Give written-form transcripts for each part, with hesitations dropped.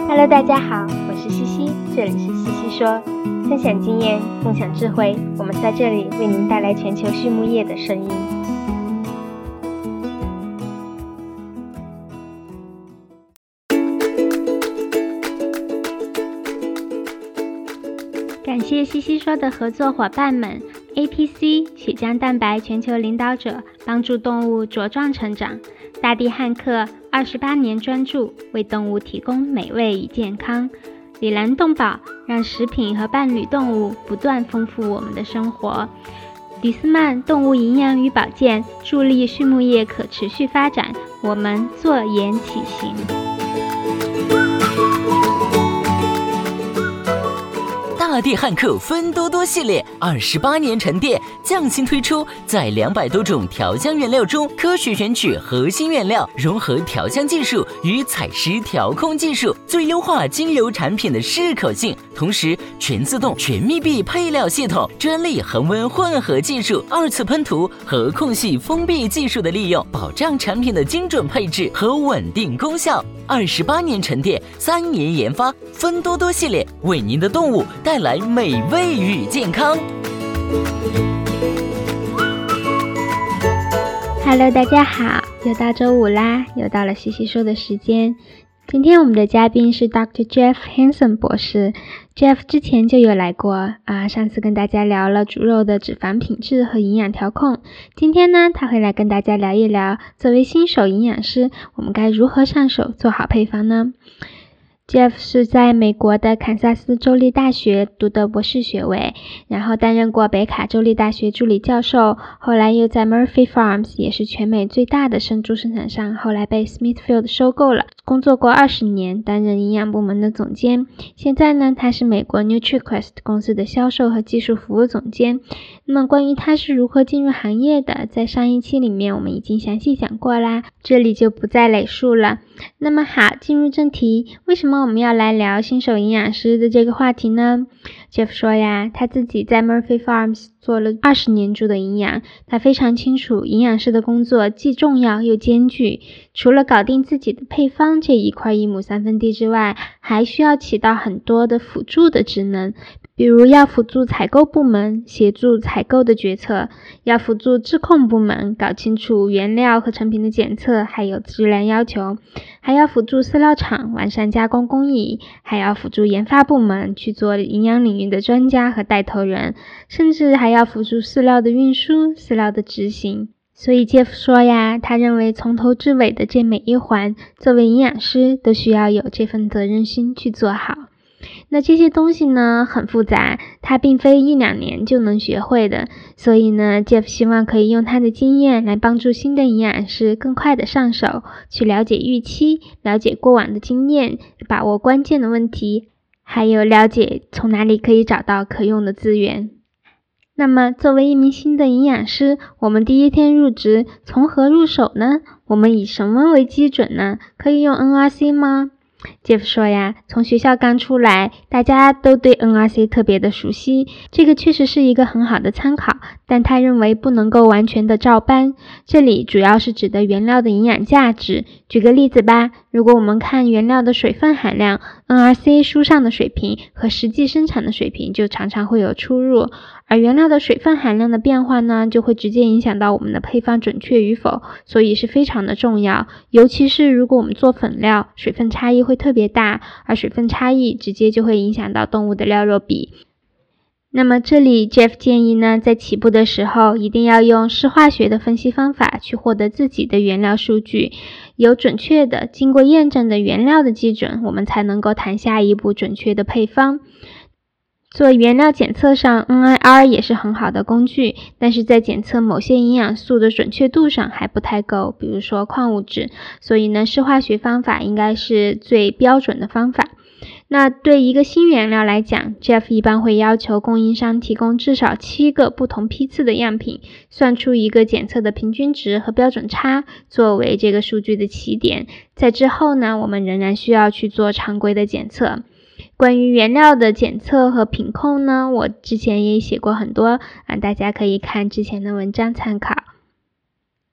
Hello， 大家好，我是西西，这里是西西说，分享经验，共享智慧，我们在这里为您带来全球畜牧业的声音。感谢西西说的合作伙伴们 APC 血浆蛋白全球领导者，帮助动物茁壮成长；大地汉克28年专注，为动物提供美味与健康；里兰动宝让食品和伴侣动物不断丰富我们的生活；李斯曼动物营养与保健助力畜牧业可持续发展，我们坐言起行。 大地汉克芬多多系列28年沉淀，匠心推出，在200多种调香原料中科学选取核心原料，融合调香技术与采湿调控技术，最优化精油产品的适口性，同时全自动全密闭配料系统，专利恒温混合技术，2次喷涂和空隙封闭技术的利用，保障产品的精准配置和稳定功效。28年沉淀，3年研发，芬多多系列为您的动物带来美味与健康。 Hello， 大家好，又到周五啦，又到了西西说的时间。今天我们的嘉宾是 Dr. Jeff Hansen 博士。Jeff 之前就有来过上次跟大家聊了猪肉的脂肪品质和营养调控。今天呢，他会来跟大家聊一聊，作为新手营养师，我们该如何上手做好配方呢？Jeff 是在美国的堪萨斯州立大学读的博士学位，然后担任过北卡州立大学助理教授，后来又在 Murphy Farms 也是全美最大的生猪生产商，后来被 Smithfield 收购了，工作过20年，担任营养部门的总监。现在呢，他是美国 NutriQuest 公司的销售和技术服务总监。那么关于他是如何进入行业的，在上一期里面我们已经详细讲过啦，这里就不再累述了。那么好，进入正题，为什么我们要来聊新手营养师的这个话题呢？ Jeff 说呀，他自己在 Murphy Farms 做了20年猪的营养，他非常清楚营养师的工作既重要又艰巨，除了搞定自己的配方这一块一亩三分地之外，还需要起到很多的辅助的职能，比如要辅助采购部门协助采购的决策，要辅助质控部门搞清楚原料和成品的检测还有质量要求，还要辅助饲料厂完善加工工艺，还要辅助研发部门去做营养领域的专家和带头人，甚至还要辅助饲料的运输、饲料的执行。所以 Jeff 说呀，他认为从头至尾的这每一环，作为营养师都需要有这份责任心去做好。那这些东西呢很复杂，它并非1-2年就能学会的，所以呢 Jeff 希望可以用他的经验来帮助新的营养师更快的上手，去了解预期，了解过往的经验，把握关键的问题，还有了解从哪里可以找到可用的资源。那么作为一名新的营养师，我们第一天入职从何入手呢？我们以什么为基准呢？可以用 NRC 吗？Jeff 说呀，从学校刚出来，大家都对 NRC 特别的熟悉，这个确实是一个很好的参考，但他认为不能够完全的照搬，这里主要是指的原料的营养价值。举个例子吧，如果我们看原料的水分含量， NRC 书上的水平和实际生产的水平就常常会有出入，而原料的水分含量的变化呢，就会直接影响到我们的配方准确与否，所以是非常的重要，尤其是如果我们做粉料，水分差异会特别大，而水分差异直接就会影响到动物的料肉比。那么这里 Jeff 建议呢，在起步的时候一定要用湿化学的分析方法去获得自己的原料数据，有准确的经过验证的原料的基准，我们才能够谈下一步准确的配方。做原料检测上 NIR 也是很好的工具，但是在检测某些营养素的准确度上还不太够，比如说矿物质，所以呢湿化学方法应该是最标准的方法。那对一个新原料来讲， Jeff 一般会要求供应商提供至少7个不同批次的样品，算出一个检测的平均值和标准差，作为这个数据的起点。在之后呢，我们仍然需要去做常规的检测。关于原料的检测和品控呢，我之前也写过很多大家可以看之前的文章参考。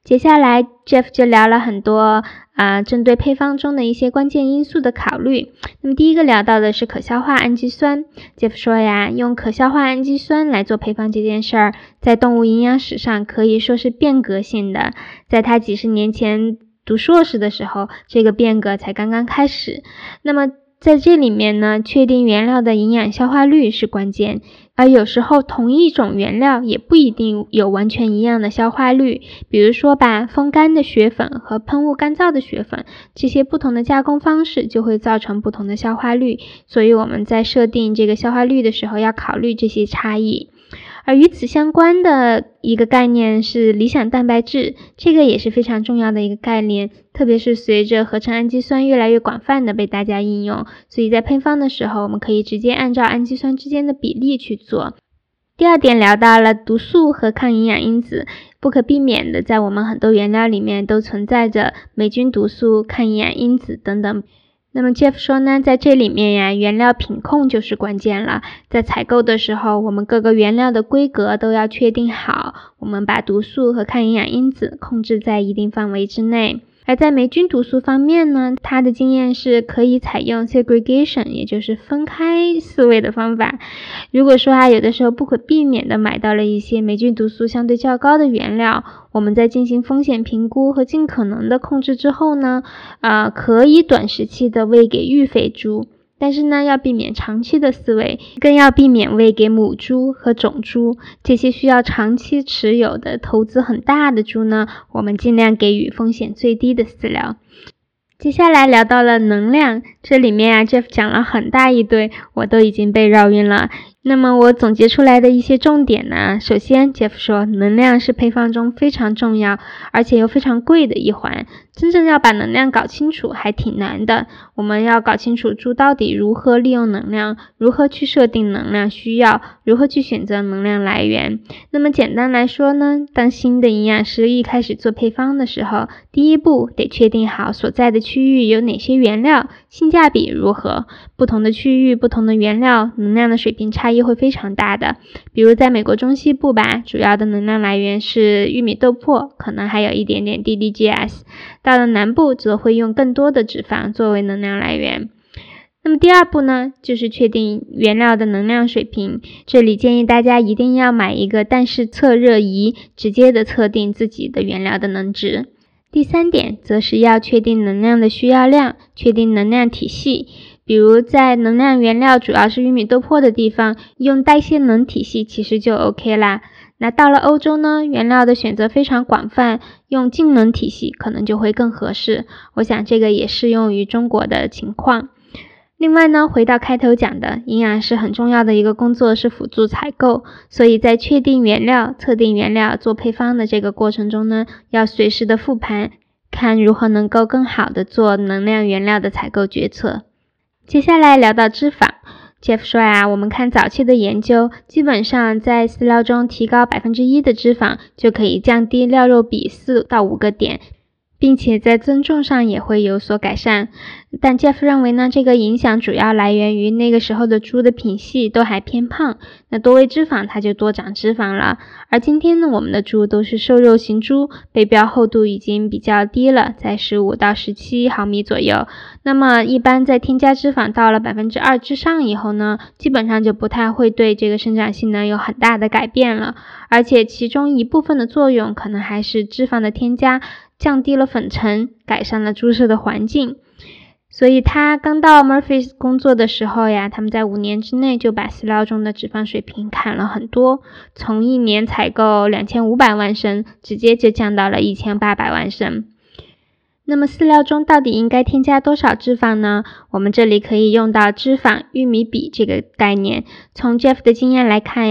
接下来 Jeff 就聊了很多针对配方中的一些关键因素的考虑。那么第一个聊到的是可消化氨基酸。Jeff 说呀，用可消化氨基酸来做配方这件事儿，在动物营养史上可以说是变革性的。在他几十年前读硕士的时候，这个变革才刚刚开始。那么在这里面呢，确定原料的营养消化率是关键，而有时候同一种原料也不一定有完全一样的消化率。比如说吧，风干的雪粉和喷雾干燥的雪粉，这些不同的加工方式就会造成不同的消化率，所以我们在设定这个消化率的时候要考虑这些差异。而与此相关的一个概念是理想蛋白质，这个也是非常重要的一个概念，特别是随着合成氨基酸越来越广泛的被大家应用，所以在配方的时候，我们可以直接按照氨基酸之间的比例去做。第二点聊到了毒素和抗营养因子，不可避免的在我们很多原料里面都存在着霉菌毒素、抗营养因子等等。那么 Jeff 说呢，在这里面呀，原料品控就是关键了。在采购的时候，我们各个原料的规格都要确定好，我们把毒素和抗营养因子控制在一定范围之内。而在霉菌毒素方面呢，他的经验是可以采用 segregation， 也就是分开饲喂的方法。如果说有的时候不可避免的买到了一些霉菌毒素相对较高的原料，我们在进行风险评估和尽可能的控制之后呢，可以短时期的喂给育肥猪，但是呢，要避免长期的饲喂，更要避免喂给母猪和种猪。这些需要长期持有的、投资很大的猪呢，我们尽量给予风险最低的饲料。接下来聊到了能量，这里面Jeff 讲了很大一堆，我都已经被绕晕了。那么我总结出来的一些重点呢，首先 Jeff 说，能量是配方中非常重要而且又非常贵的一环，真正要把能量搞清楚还挺难的。我们要搞清楚猪到底如何利用能量，如何去设定能量需要，如何去选择能量来源。那么简单来说呢，当新的营养师一开始做配方的时候，第一步得确定好所在的区域有哪些原料，性价比如何。不同的区域、不同的原料，能量的水平差异会非常大的。比如在美国中西部吧，主要的能量来源是玉米豆粕，可能还有一点点 DDGS。到了南部则会用更多的脂肪作为能量来源。那么第二步呢，就是确定原料的能量水平。这里建议大家一定要买一个但是测热仪，直接的测定自己的原料的能值。第三点则是要确定能量的需要量，确定能量体系。比如在能量原料主要是玉米豆粕的地方，用代谢能体系其实就 OK 啦。那到了欧洲呢，原料的选择非常广泛，用净能体系可能就会更合适。我想这个也适用于中国的情况。另外呢，回到开头讲的，营养师很重要的一个工作是辅助采购，所以在确定原料、测定原料、做配方的这个过程中呢，要随时的复盘，看如何能够更好的做能量原料的采购决策。接下来聊到脂肪。Jeff 说我们看早期的研究，基本上在饲料中提高 1% 的脂肪就可以降低料肉比4到5个点，并且在增重上也会有所改善。但 Jeff 认为呢，这个影响主要来源于那个时候的猪的品系都还偏胖，那多喂脂肪它就多长脂肪了。而今天呢，我们的猪都是瘦肉型猪，背标厚度已经比较低了，在15到17毫米左右。那么一般在添加脂肪到了 2% 之上以后呢，基本上就不太会对这个生长性能有很大的改变了。而且其中一部分的作用可能还是脂肪的添加降低了粉尘，改善了猪舍的环境。所以他刚到 Murphy's 工作的时候他们在5年之内就把饲料中的脂肪水平砍了很多，从一年采购2500万升，直接就降到了1800万升。那么饲料中到底应该添加多少脂肪呢？我们这里可以用到脂肪玉米比这个概念。从 Jeff 的经验来看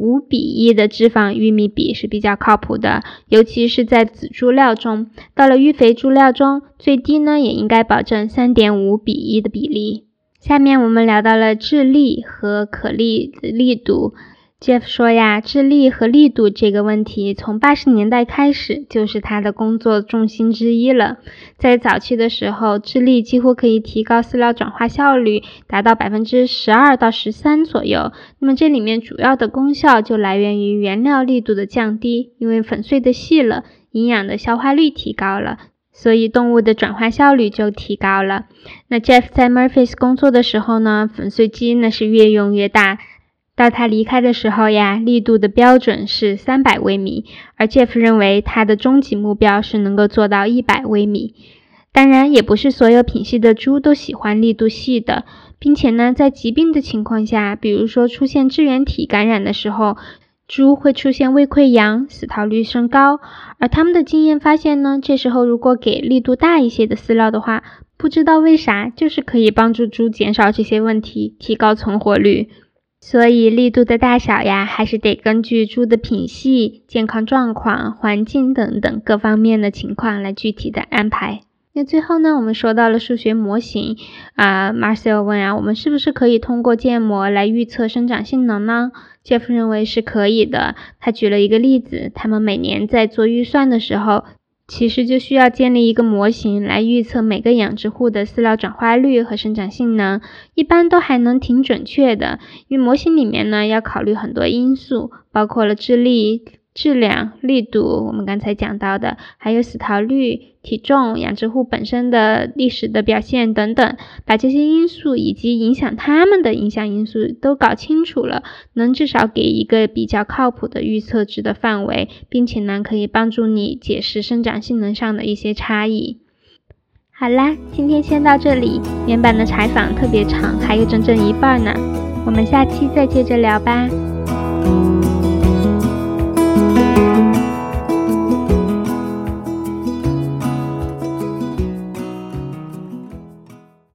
5:1的脂肪玉米比是比较靠谱的，尤其是在仔猪料中。到了育肥猪料中，最低呢也应该保证 3.5:1的比例。下面我们聊到了智力和可力的力度。Jeff 说智力和力度这个问题从80年代开始就是他的工作重心之一了。在早期的时候，智力几乎可以提高饲料转化效率，达到 12% 到13% 左右。那么这里面主要的功效就来源于原料力度的降低，因为粉碎的细了， 营养的消化率提高了，所以动物的转化效率就提高了。那 Jeff 在 Murphy's 工作的时候呢，粉碎机那是越用越大，到他离开的时候呀，力度的标准是300微米，而 Jeff 认为他的终极目标是能够做到100微米。当然也不是所有品系的猪都喜欢力度细的，并且呢，在疾病的情况下，比如说出现支原体感染的时候，猪会出现胃溃疡，死逃率升高。而他们的经验发现呢，这时候如果给力度大一些的饲料的话，不知道为啥，就是可以帮助猪减少这些问题，提高存活率。所以力度的大小呀，还是得根据猪的品系、健康状况、环境等等各方面的情况来具体的安排。那最后呢，我们说到了数学模型Marcel 问我们是不是可以通过建模来预测生长性能呢？ Jeff 认为是可以的。他举了一个例子，他们每年在做预算的时候，其实就需要建立一个模型来预测每个养殖户的饲料转化率和生长性能，一般都还能挺准确的，因为模型里面呢要考虑很多因素，包括了智力、质量、力度，我们刚才讲到的，还有死逃率、体重、养殖户本身的历史的表现等等，把这些因素以及影响他们的影响因素都搞清楚了，能至少给一个比较靠谱的预测值的范围，并且呢可以帮助你解释生长性能上的一些差异。好啦，今天先到这里，原版的采访特别长，还有整整一半呢，我们下期再接着聊吧。